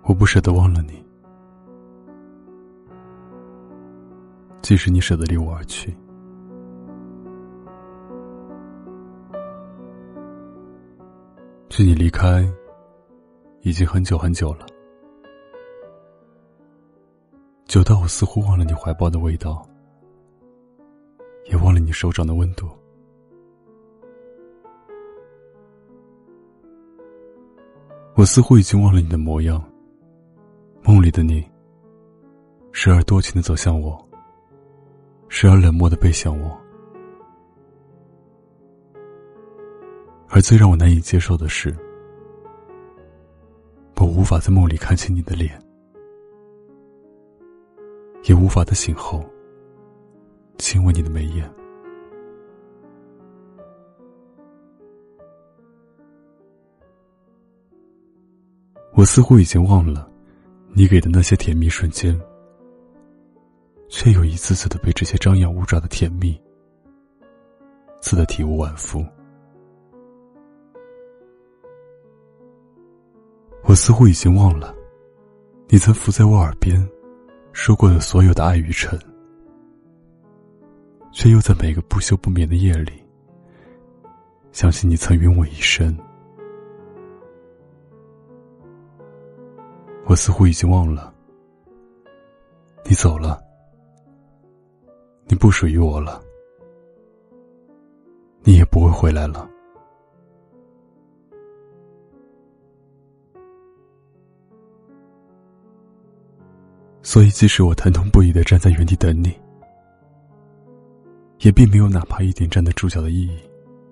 我不舍得忘了你，即使你舍得离我而去。距你离开已经很久很久了，久到我似乎忘了你怀抱的味道，也忘了你手掌的温度。我似乎已经忘了你的模样，梦里的你时而多情地走向我，时而冷漠地背向我。而最让我难以接受的是，我无法在梦里看清你的脸，也无法在醒后亲吻你的眉眼。我似乎已经忘了你给的那些甜蜜瞬间，却又一次次地被这些张牙舞爪的甜蜜刺得体无完肤。我似乎已经忘了你曾伏在我耳边说过的所有的爱与诚，却又在每个不休不眠的夜里相信你曾允我一生。我似乎已经忘了你走了，你不属于我了，你也不会回来了。所以即使我疼痛不已地站在原地等你，也并没有哪怕一点站得住脚的意义。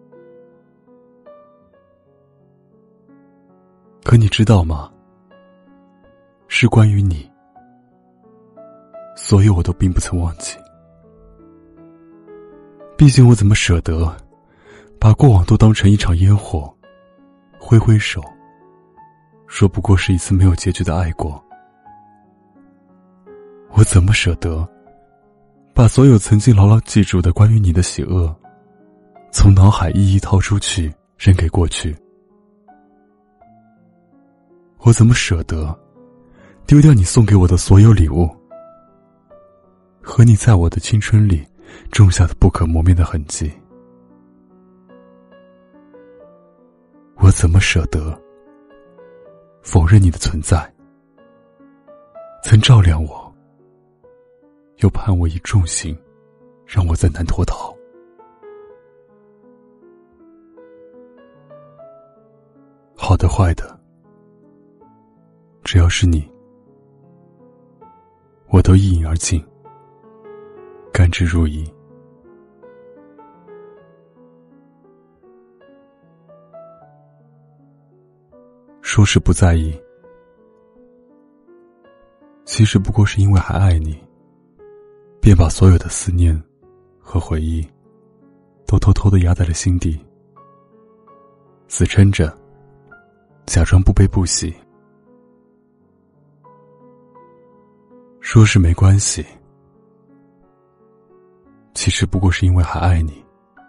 可你知道吗？是关于你，所有我都并不曾忘记。毕竟我怎么舍得把过往都当成一场烟火，挥挥手说不过是一次没有结局的爱过。我怎么舍得把所有曾经牢牢记住的关于你的喜恶从脑海一一掏出去扔给过去。我怎么舍得丢掉你送给我的所有礼物和你在我的青春里种下的不可磨灭的痕迹。我怎么舍得否认你的存在，曾照亮我，又判我以重刑，让我再难脱逃。好的坏的，只要是你，我都一饮而尽，甘之如饴。说是不在意，其实不过是因为还爱你，便把所有的思念和回忆都偷偷地压在了心底，死撑着，假装不悲不喜。说是没关系，其实不过是因为还爱你，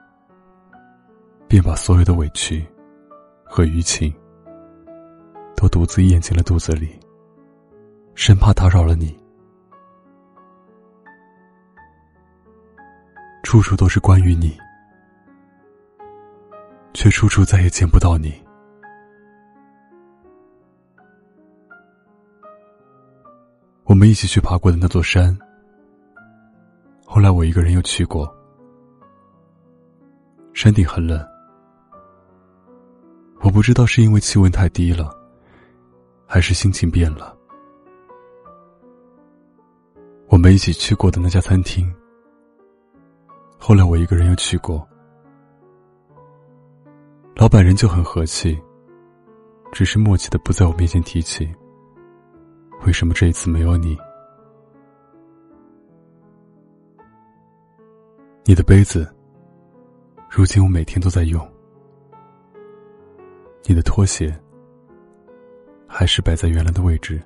便把所有的委屈和余情都独自咽进了肚子里，生怕打扰了你。处处都是关于你，却处处再也见不到你。我们一起去爬过的那座山，后来我一个人又去过。山顶很冷，我不知道是因为气温太低了，还是心情变了。我们一起去过的那家餐厅，后来我一个人又去过。老板人就很和气，只是默契的不在我面前提起为什么这一次没有你。你的杯子如今我每天都在用，你的拖鞋还是摆在原来的位置，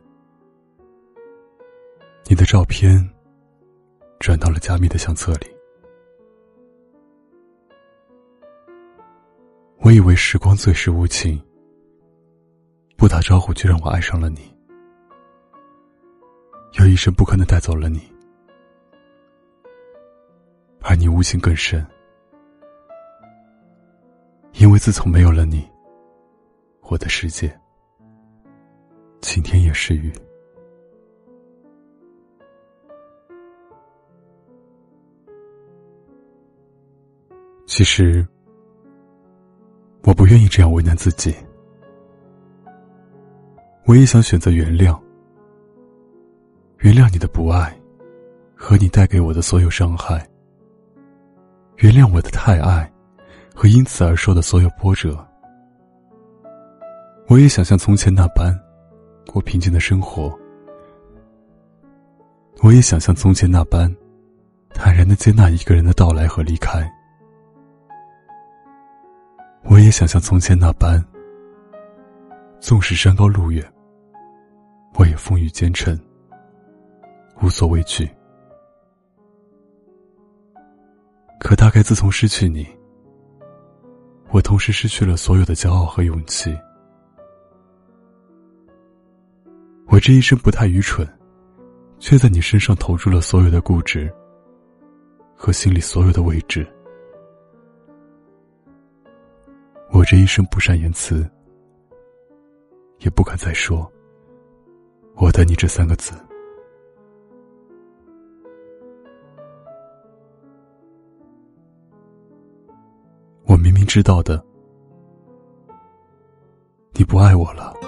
你的照片转到了加密的相册里。我以为时光最是无情，不打招呼就让我爱上了你， 有一生不可能带走了你，而你无情更甚，因为自从没有了你，我的世界晴天也是雨。其实我不愿意这样为难自己，我也想选择原谅，原谅你的不爱和你带给我的所有伤害，原谅我的太爱和因此而受的所有波折。我也想像从前那般过平静的生活，我也想像从前那般坦然地接纳一个人的到来和离开，我也想像从前那般，纵使山高路远，我也风雨兼程，无所畏惧。可大概自从失去你，我同时失去了所有的骄傲和勇气。我这一生不太愚蠢，却在你身上投注了所有的固执和心里所有的位置。我这一生不善言辞，也不敢再说我等你这3个字。我明明知道的，你不爱我了，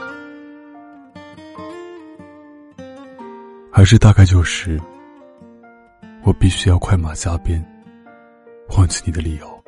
而这大概就是我必须要快马加鞭忘记你的理由。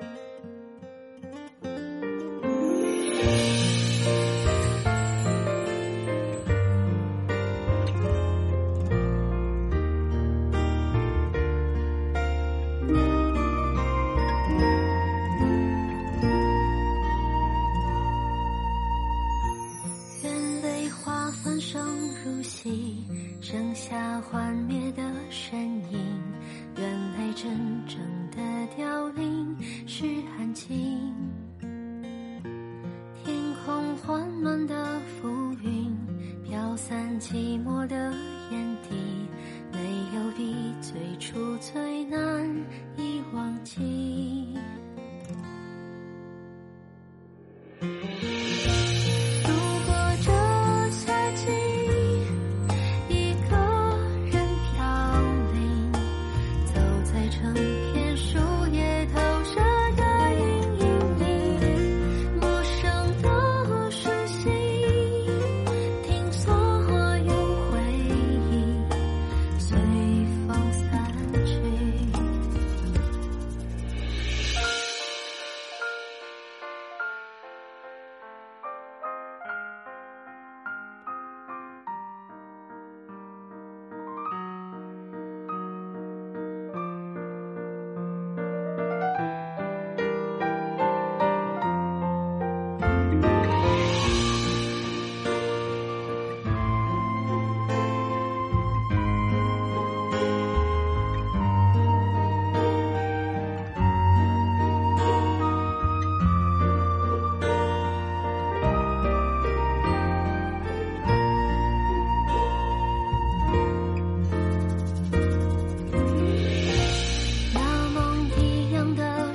剩下幻灭的身影，原来真正的凋零是安静。天空缓暖的浮云，飘散寂寞的眼底，没有比最初最难以忘记。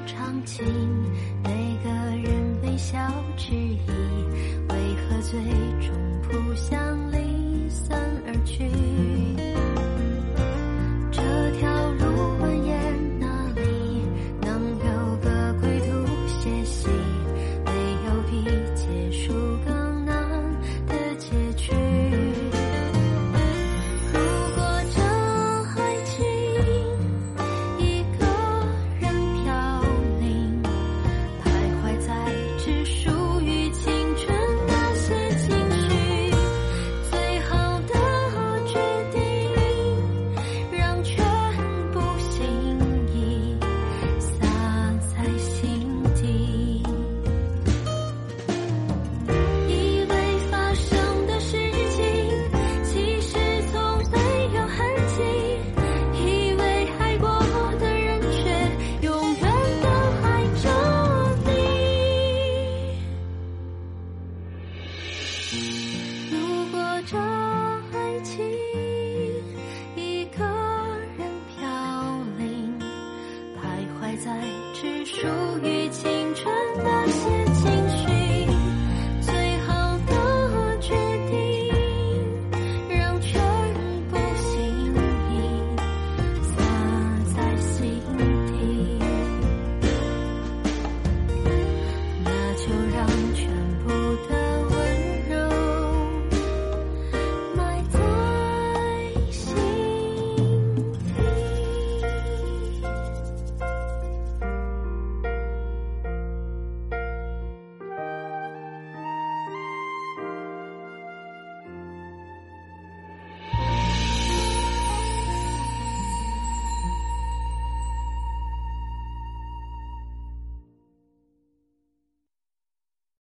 最